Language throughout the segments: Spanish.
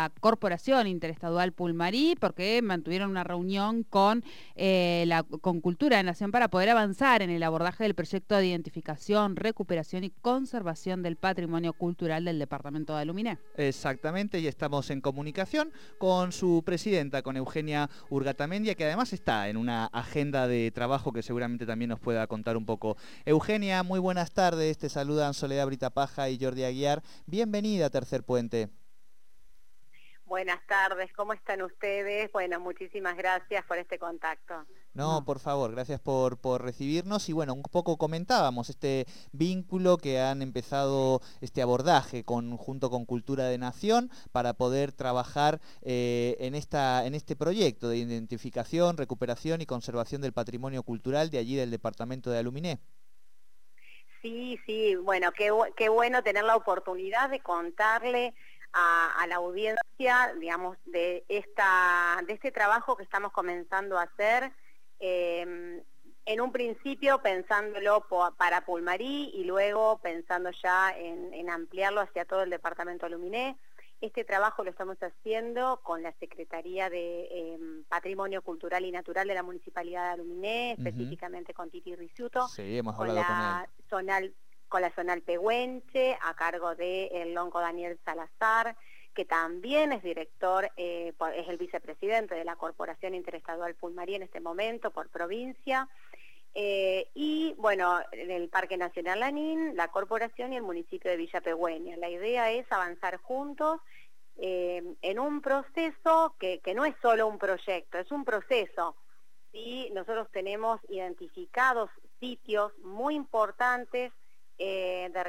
la Corporación Interestadual Pulmarí, porque mantuvieron una reunión con Cultura de Nación para poder avanzar en el abordaje del proyecto de identificación, recuperación y conservación del patrimonio cultural del departamento de Aluminé. Exactamente, y estamos en comunicación con su presidenta, con Eugenia Urgatamendia, que además está en una agenda de trabajo que seguramente también nos pueda contar un poco. Eugenia, muy buenas tardes, te saludan Soledad Britapaja y Jordi Aguiar. Bienvenida a Tercer Puente. Buenas tardes, ¿cómo están ustedes? Bueno, muchísimas gracias por este contacto. No, por favor, gracias por recibirnos y bueno, un poco comentábamos este vínculo que han empezado, este abordaje junto con Cultura de Nación para poder trabajar en este proyecto de identificación, recuperación y conservación del patrimonio cultural de allí del departamento de Aluminé. Sí, bueno, qué bueno tener la oportunidad de contarle a la audiencia, digamos, de este trabajo que estamos comenzando a hacer, en un principio pensándolo para Pulmarí y luego pensando ya en ampliarlo hacia todo el departamento de Aluminé. Este trabajo lo estamos haciendo con la Secretaría de Patrimonio Cultural y Natural de la Municipalidad de Aluminé, específicamente con Titi Ricciuto, sí, hemos hablado con la Zonal Pehuenche, a cargo del lonco Daniel Salazar, que también es director, es el vicepresidente de la Corporación Interestadual Pulmarí en este momento, por provincia, y bueno, en el Parque Nacional Lanín, la Corporación y el municipio de Villa Pehuen. La idea es avanzar juntos en un proceso que no es solo un proyecto, es un proceso. ¿Sí? Nosotros tenemos identificados sitios muy importantes de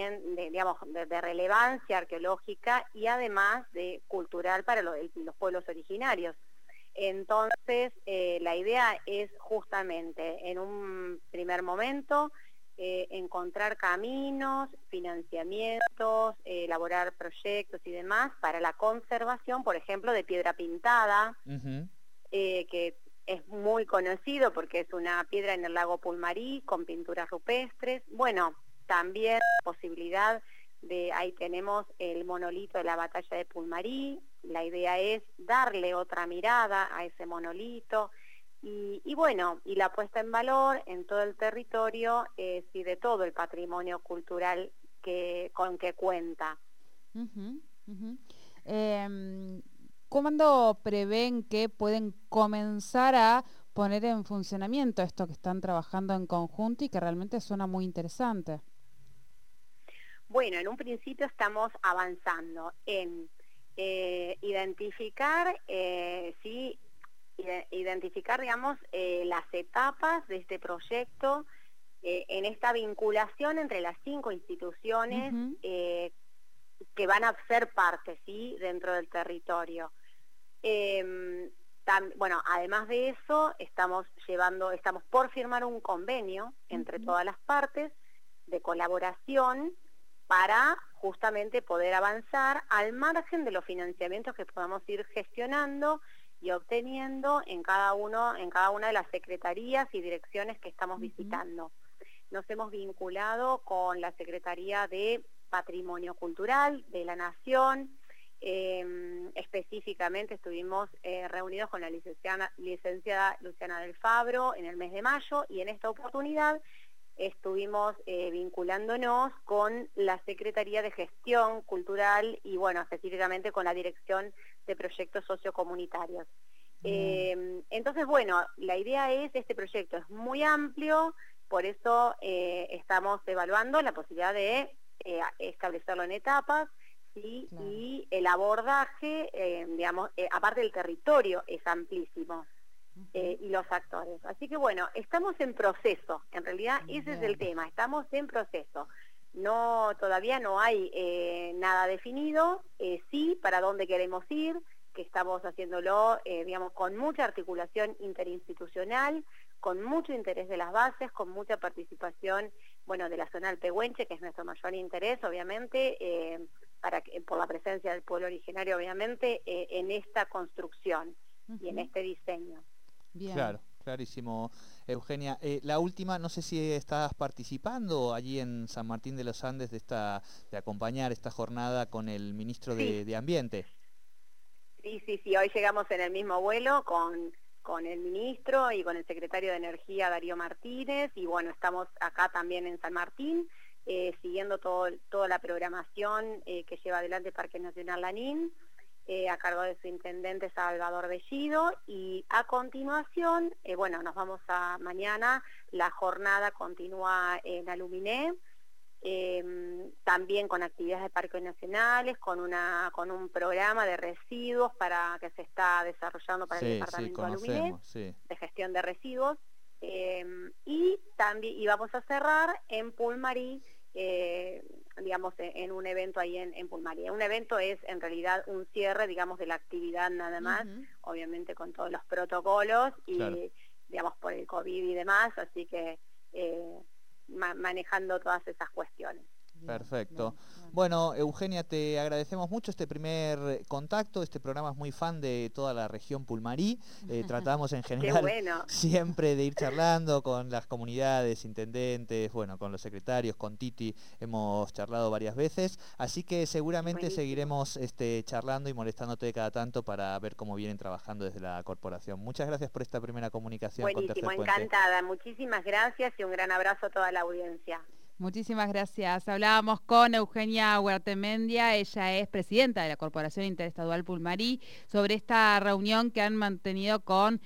relevancia arqueológica y además de cultural para los pueblos originarios. Entonces, la idea es justamente, en un primer momento, encontrar caminos, financiamientos, elaborar proyectos y demás para la conservación, por ejemplo, de piedra pintada, que es muy conocido porque es una piedra en el lago Pulmarí con pinturas rupestres. Bueno, también posibilidad de, ahí tenemos el monolito de la batalla de Pulmarí. La idea es darle otra mirada a ese monolito y bueno, y la puesta en valor en todo el territorio y de todo el patrimonio cultural con que cuenta. ¿Cuándo prevén que pueden comenzar a poner en funcionamiento esto que están trabajando en conjunto y que realmente suena muy interesante? Bueno, en un principio estamos avanzando en identificar, digamos, las etapas de este proyecto, en esta vinculación entre las 5 instituciones que van a ser parte, ¿sí?, dentro del territorio. Bueno, además de eso, estamos por firmar un convenio entre todas las partes de colaboración para justamente poder avanzar al margen de los financiamientos que podamos ir gestionando y obteniendo en cada una de las secretarías y direcciones que estamos visitando. Nos hemos vinculado con la Secretaría de Patrimonio Cultural de la Nación, específicamente estuvimos reunidos con la licenciada Luciana del Fabro en el mes de mayo y en esta oportunidad estuvimos vinculándonos con la Secretaría de Gestión Cultural y bueno, específicamente con la Dirección de Proyectos Sociocomunitarios. Entonces, bueno, la idea es, este proyecto es muy amplio, por eso estamos evaluando la posibilidad de establecerlo en etapas, ¿sí? Claro. Y el abordaje, digamos, aparte del territorio, es amplísimo. Y los actores. Así que bueno, estamos en proceso, en realidad ese es el tema, estamos en proceso. Todavía no hay nada definido, sí para dónde queremos ir, que estamos haciéndolo, digamos, con mucha articulación interinstitucional, con mucho interés de las bases, con mucha participación, bueno, de la Zonal Pehuenche, que es nuestro mayor interés, obviamente, por la presencia del pueblo originario, obviamente, en esta construcción y en este diseño. Bien. Claro, clarísimo, Eugenia. La última, no sé si estás participando allí en San Martín de los Andes de acompañar esta jornada con el ministro de Ambiente. Sí, hoy llegamos en el mismo vuelo con el ministro y con el secretario de Energía, Darío Martínez, y bueno, estamos acá también en San Martín, siguiendo toda la programación que lleva adelante Parque Nacional Lanín, a cargo de su intendente Salvador Bellido, y a continuación, bueno, nos vamos a mañana, la jornada continúa en Aluminé, también con actividades de parques nacionales, con un programa de residuos que se está desarrollando para el departamento de Aluminé, de gestión de residuos, y vamos a cerrar en Pulmarí, digamos, en un evento ahí en Pulmarí. Un evento es en realidad un cierre, digamos, de la actividad nada más, obviamente con todos los protocolos y, digamos, por el COVID y demás, así que manejando todas esas cuestiones. Perfecto. Bueno, Eugenia, te agradecemos mucho este primer contacto. Este programa es muy fan de toda la región Pulmarí. Tratamos en general siempre de ir charlando con las comunidades, intendentes, bueno, con los secretarios, con Titi hemos charlado varias veces. Así que seguramente seguiremos charlando y molestándote cada tanto para ver cómo vienen trabajando desde la corporación. Muchas gracias por esta primera comunicación. Buenísimo, encantada. Muchísimas gracias y un gran abrazo a toda la audiencia. Muchísimas gracias. Hablábamos con Eugenia Huertemendia, ella es presidenta de la Corporación Interestadual Pulmarí, sobre esta reunión que han mantenido con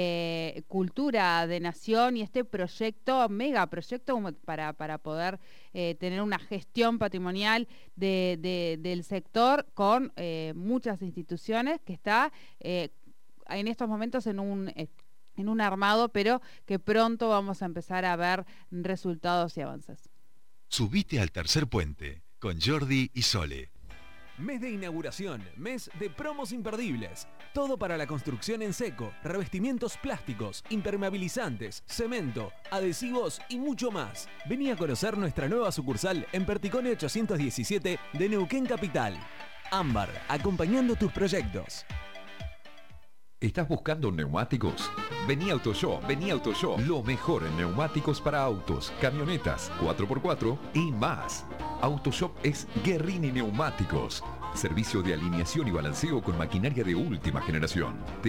Cultura de Nación y este proyecto, megaproyecto para poder tener una gestión patrimonial del sector con muchas instituciones que está en estos momentos en un armado, pero que pronto vamos a empezar a ver resultados y avances. Subite al tercer puente con Jordi y Sole. Mes de inauguración, mes de promos imperdibles. Todo para la construcción en seco, revestimientos plásticos, impermeabilizantes, cemento, adhesivos y mucho más. Vení a conocer nuestra nueva sucursal en Perticone 817 de Neuquén Capital. Ámbar, acompañando tus proyectos. ¿Estás buscando neumáticos? Vení a AutoShop, lo mejor en neumáticos para autos, camionetas, 4x4 y más. AutoShop es Guerrini Neumáticos, servicio de alineación y balanceo con maquinaria de última generación.